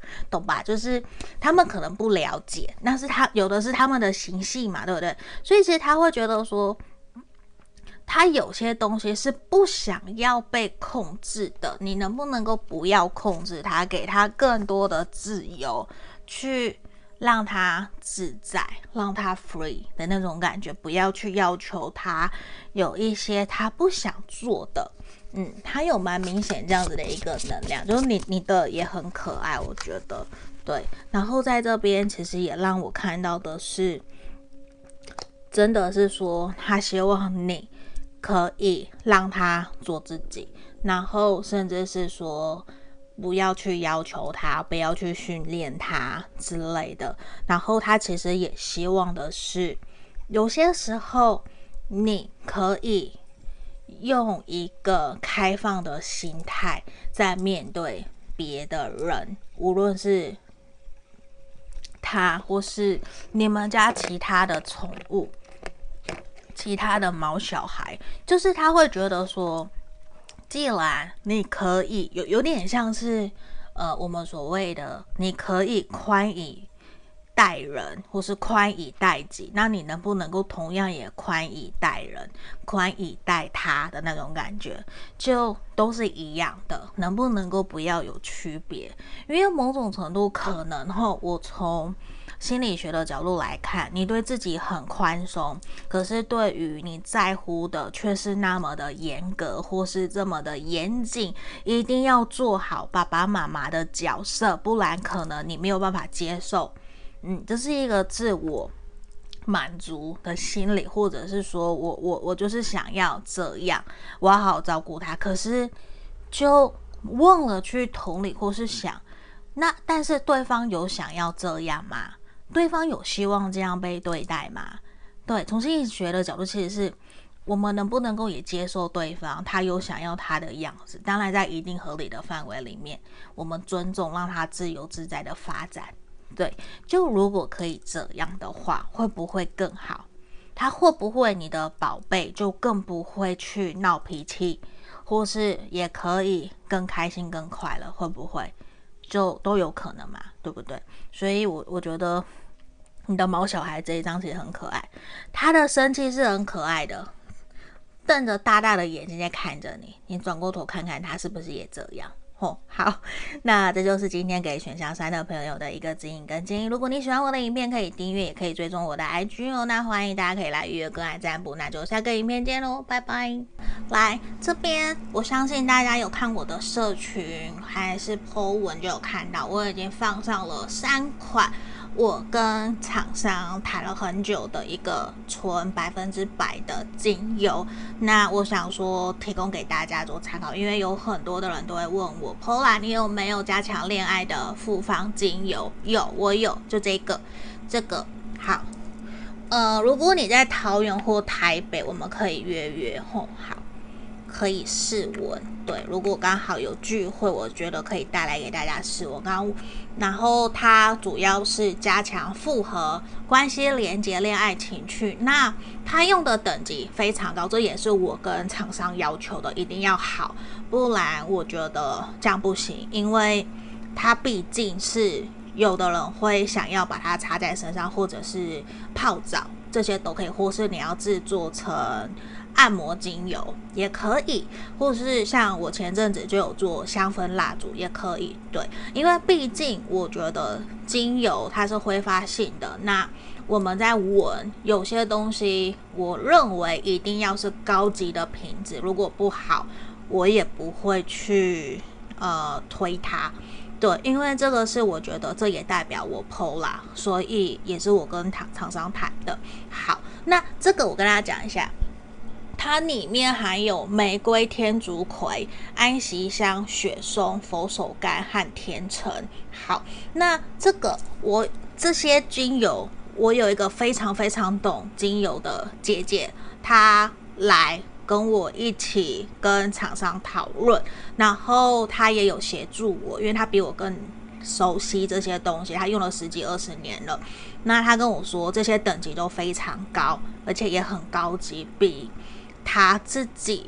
懂吧？就是他们可能不了解，那是他有的是他们的形系嘛，对不对？所以其实他会觉得说，他有些东西是不想要被控制的，你能不能够不要控制他，给他更多的自由，去让他自在，让他 free 的那种感觉，不要去要求他有一些他不想做的。嗯，他有蛮明显这样子的一个能量，就是你你的也很可爱，我觉得对。然后在这边其实也让我看到的是，真的是说他希望你可以让他做自己，然后甚至是说不要去要求他，不要去训练他之类的。然后他其实也希望的是，有些时候你可以用一个开放的心态在面对别的人，无论是他或是你们家其他的宠物，其他的毛小孩，就是他会觉得说，既然你可以有有点像是呃我们所谓的你可以宽以待人，或是宽以待己，那你能不能够同样也宽以待人，宽以待他的那种感觉，就都是一样的，能不能够不要有区别？因为某种程度可能后，我从心理学的角度来看，你对自己很宽松，可是对于你在乎的却是那么的严格，或是这么的严谨，一定要做好爸爸妈妈的角色，不然可能你没有办法接受。嗯，这是一个自我满足的心理，或者是说我我我就是想要这样，我要好好照顾他，可是就忘了去同理或是想，那但是对方有想要这样吗？对方有希望这样被对待吗？对，从心理学的角度，其实是我们能不能够也接受对方他有想要他的样子，当然在一定合理的范围里面，我们尊重，让他自由自在的发展。对，就如果可以这样的话，会不会更好？他会不会你的宝贝就更不会去闹脾气，或是也可以更开心更快乐？会不会就都有可能嘛？对不对？所以我我觉得你的毛小孩这一张其实很可爱，他的生气是很可爱的，瞪着大大的眼睛在看着你，你转过头看看他是不是也这样？哦，好，那这就是今天给选项三的朋友的一个指引跟建议。如果你喜欢我的影片，可以订阅，也可以追踪我的 I G 哦。那欢迎大家可以来预约个案占卜，那就下个影片见喽，拜拜。来这边，我相信大家有看我的社群还是 po 文就有看到，我已经放上了三款我跟厂商谈了很久的一个纯百分之百的精油，那我想说提供给大家做参考，因为有很多的人都会问我 Pola 你有没有加强恋爱的复方精油？有，我有，就这个这个好。呃，如果你在桃园或台北，我们可以约约吼，好，可以试闻。对，如果刚好有聚会，我觉得可以带来给大家试闻。刚然后它主要是加强复合关系、连结、恋爱情趣。那它用的等级非常高，这也是我跟厂商要求的，一定要好，不然我觉得这样不行，因为它毕竟是有的人会想要把它擦在身上，或者是泡澡，这些都可以，或是你要制作成按摩精油也可以，或是像我前阵子就有做香氛蜡烛也可以。对，因为毕竟我觉得精油它是挥发性的，那我们在闻有些东西，我认为一定要是高级的品质，如果不好，我也不会去呃推它。对，因为这个是我觉得这也代表我 Pola， 所以也是我跟厂商谈的。好，那这个我跟大家讲一下。它里面含有玫瑰、天竺葵、安息香、雪松、佛手柑和甜橙。好，那这个我这些精油，我有一个非常非常懂精油的姐姐，她来跟我一起跟厂商讨论，然后她也有协助我，因为她比我更熟悉这些东西，她用了十几二十年了。那她跟我说，这些等级都非常高，而且也很高级，比他自己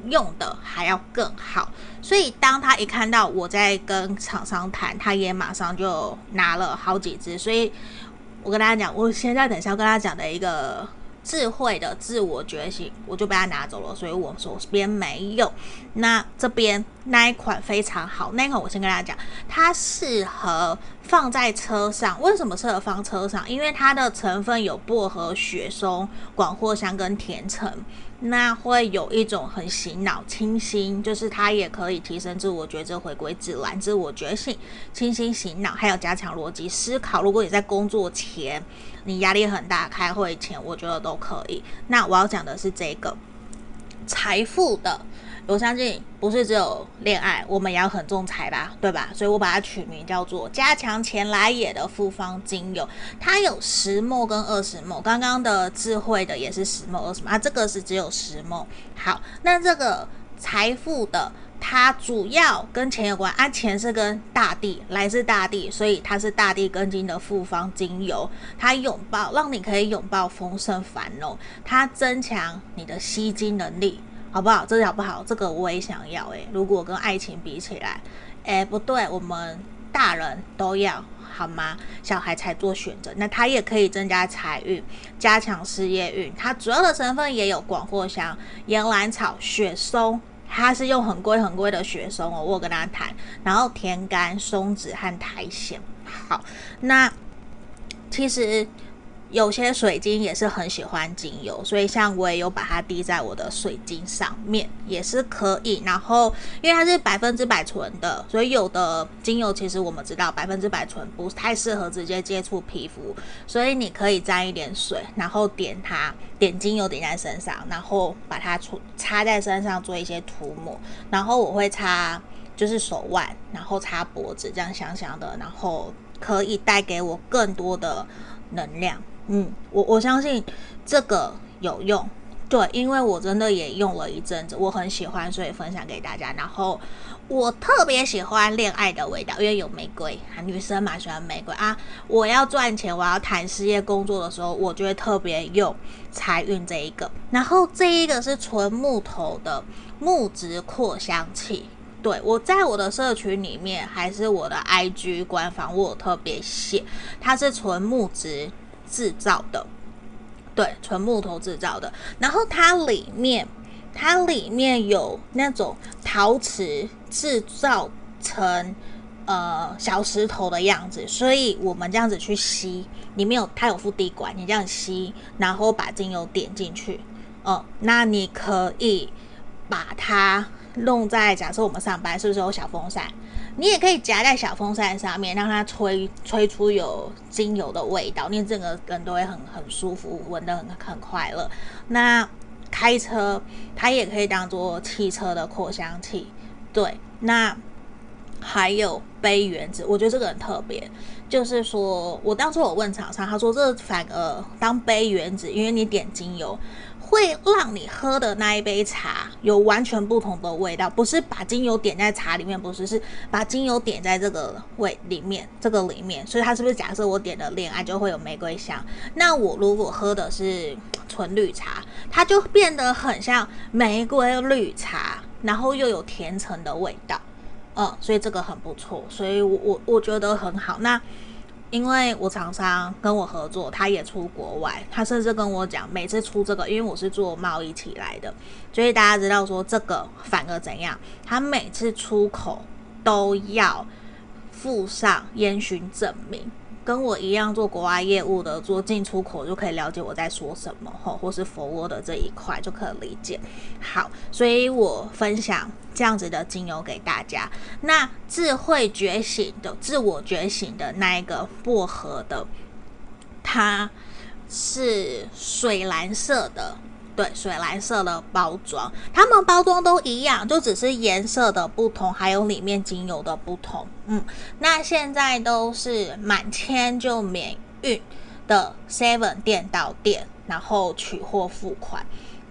用的还要更好。所以当他一看到我在跟厂商谈，他也马上就拿了好几支。所以我跟大家讲，我现在等一下要跟他讲的一个智慧的自我觉醒，我就被他拿走了，所以我手边没有。那这边那一款非常好，那一款我先跟大家讲，它适合放在车上。为什么适合放车上？因为它的成分有薄荷、雪松、广藿香跟甜橙，那会有一种很醒脑、清新，就是它也可以提升自我觉知、回归自然、自我觉醒、清新醒脑，还有加强逻辑思考。如果你在工作前你压力很大，开会前我觉得都可以。那我要讲的是这个财富的，我相信不是只有恋爱，我们也要很重财吧，对吧？所以我把它取名叫做加强前来也的复方精油，它有十毫跟二十毫，刚刚的智慧的也是十毫二十毫，啊，这个是只有十毫。好，那这个财富的，它主要跟钱有关啊，钱是跟大地，来自大地，所以它是大地根茎的复方精油，它拥抱，让你可以拥抱丰盛繁荣，它增强你的吸金能力，好不好？这个好不好？这个我也想要诶、欸。如果跟爱情比起来，诶，不对，我们大人都要，好吗？小孩才做选择。那它也可以增加财运，加强事业运。它主要的成分也有广藿香、岩兰草、雪松。它是用很贵很贵的雪松哦，我有跟他谈，然后甜柑、松子和苔藓。好，那其实有些水晶也是很喜欢精油，所以像我也有把它滴在我的水晶上面，也是可以。然后因为它是百分之百纯的，所以有的精油其实我们知道百分之百纯不太适合直接接触皮肤，所以你可以沾一点水，然后点它，点精油点在身上，然后把它擦在身上做一些涂抹。然后我会擦就是手腕，然后擦脖子，这样香香的，然后可以带给我更多的能量。嗯，我我相信这个有用，对，因为我真的也用了一阵子，我很喜欢，所以分享给大家。然后我特别喜欢恋爱的味道，因为有玫瑰啊，女生蛮喜欢玫瑰啊。我要赚钱，我要谈事业工作的时候，我就会特别用财运这一个。然后这一个是纯木头的木质扩香器。对，我在我的社群里面，还是我的 I G 官方，我有特别写，它是纯木质制造的，对，纯木头制造的。然后它里面，它里面有那种陶瓷制造成呃小石头的样子，所以我们这样子去吸，里面有它有附滴管，你这样吸，然后把精油点进去，哦、嗯，那你可以把它弄在，假设我们上班是不是有小风扇？你也可以夹在小风扇上面，让它吹吹出有精油的味道，你整个人都会很很舒服，闻得很很快乐。那开车它也可以当做汽车的扩香器，对。那还有杯原子，我觉得这个很特别，就是说我当初我问厂商，他说这反而当杯原子，因为你点精油会让你喝的那一杯茶有完全不同的味道，不是把精油点在茶里面，不是，是把精油点在这个味里面，这个里面。所以它是不是假设我点的恋爱就会有玫瑰香？那我如果喝的是纯绿茶，它就变得很像玫瑰绿茶，然后又有甜橙的味道。嗯，所以这个很不错，所以我我我觉得很好。那因为我厂商跟我合作，他也出国外，他甚至跟我讲，每次出这个，因为我是做贸易起来的，所以大家知道说这个反而怎样，他每次出口都要附上烟熏证明。跟我一样做国外业务的，做进出口就可以了解我在说什么，或是forward的这一块就可以理解。好，所以我分享这样子的精油给大家。那智慧觉醒的、自我觉醒的那一个薄荷的，它是水蓝色的。对，水蓝色的包装，它们包装都一样，就只是颜色的不同，还有里面精油的不同。嗯，那现在都是满千就免运的 Seven 店到店，然后取货付款。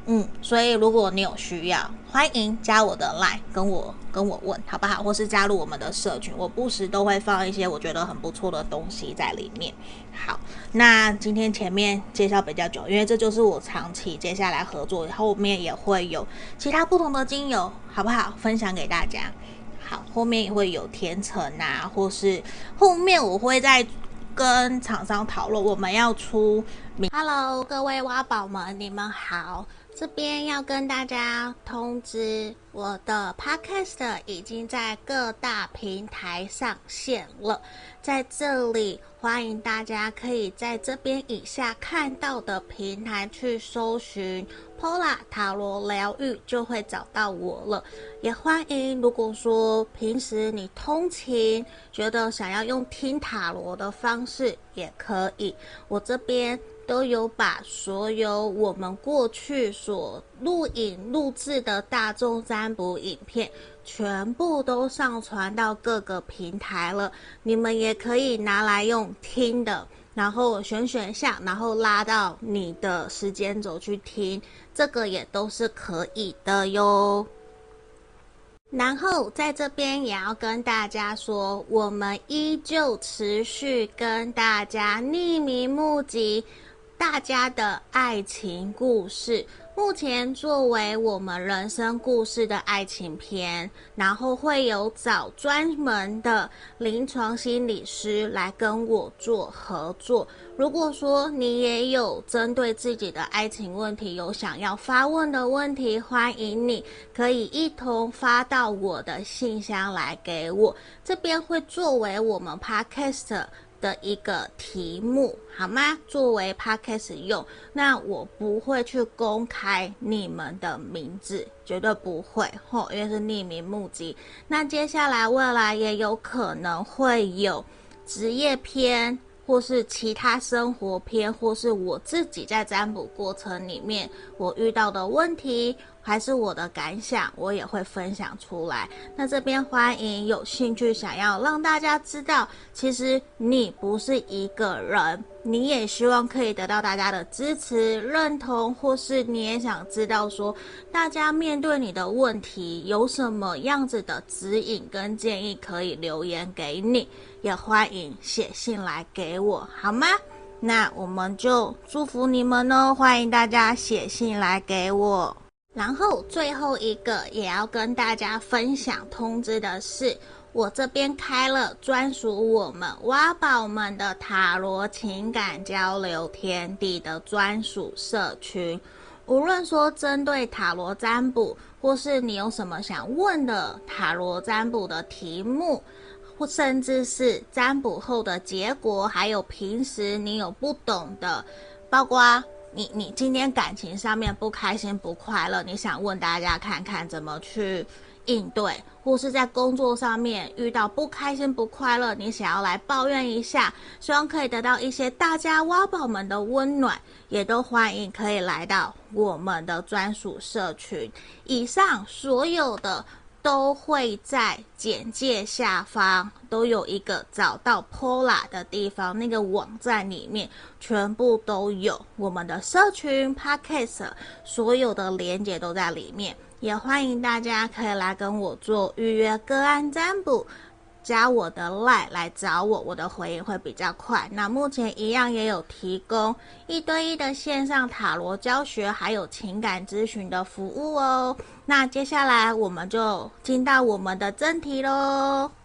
嗯，所以如果你有需要，欢迎加我的 line 跟我跟我问好不好，或是加入我们的社群，我不时都会放一些我觉得很不错的东西在里面。好，那今天前面介绍比较久，因为这就是我长期接下来合作，后面也会有其他不同的精油，好不好？分享给大家。好，后面也会有甜橙啊，或是后面我会再跟厂商讨论我们要出。Hello， 各位挖宝们，你们好。这边要跟大家通知，我的 Podcast 已经在各大平台上线了。在这里，欢迎大家可以在这边以下看到的平台去搜寻 Pola 塔罗疗愈，就会找到我了。也欢迎，如果说平时你通勤，觉得想要用听塔罗的方式，也可以。我这边都有把所有我们过去所录影录制的大众占卜影片全部都上传到各个平台了，你们也可以拿来用听的，然后选选项，然后拉到你的时间轴去听，这个也都是可以的哟。然后在这边也要跟大家说，我们依旧持续跟大家匿名募集大家的爱情故事，目前作为我们人生故事的爱情篇，然后会有找专门的临床心理师来跟我做合作。如果说你也有针对自己的爱情问题有想要发问的问题，欢迎你可以一同发到我的信箱来给我，这边会作为我们 Podcast的一个题目，好吗？作为 podcast 用，那我不会去公开你们的名字，绝对不会吼，因为是匿名募集。那接下来未来也有可能会有职业篇，或是其他生活篇，或是我自己在占卜过程里面我遇到的问题，还是我的感想，我也会分享出来。那这边欢迎有兴趣想要让大家知道，其实你不是一个人，你也希望可以得到大家的支持认同，或是你也想知道说大家面对你的问题有什么样子的指引跟建议，可以留言给你，也欢迎写信来给我，好吗？那我们就祝福你们哦，欢迎大家写信来给我。然后最后一个也要跟大家分享通知的是，我这边开了专属我们挖宝们的塔罗情感交流天地的专属社群。无论说针对塔罗占卜，或是你有什么想问的塔罗占卜的题目，或甚至是占卜后的结果，还有平时你有不懂的，包括你你今天感情上面不开心不快乐，你想问大家看看怎么去应对，或是在工作上面遇到不开心不快乐，你想要来抱怨一下，希望可以得到一些大家挖宝们的温暖，也都欢迎可以来到我们的专属社群。以上所有的都会在简介下方都有一个找到 Pola 的地方，那个网站里面全部都有我们的社群 Podcast， 所有的连结都在里面，也欢迎大家可以来跟我做预约个案占卜，加我的 line 来找我，我的回应会比较快。那目前一样也有提供一对一的线上塔罗教学，还有情感咨询的服务哦。那接下来我们就进到我们的正题咯。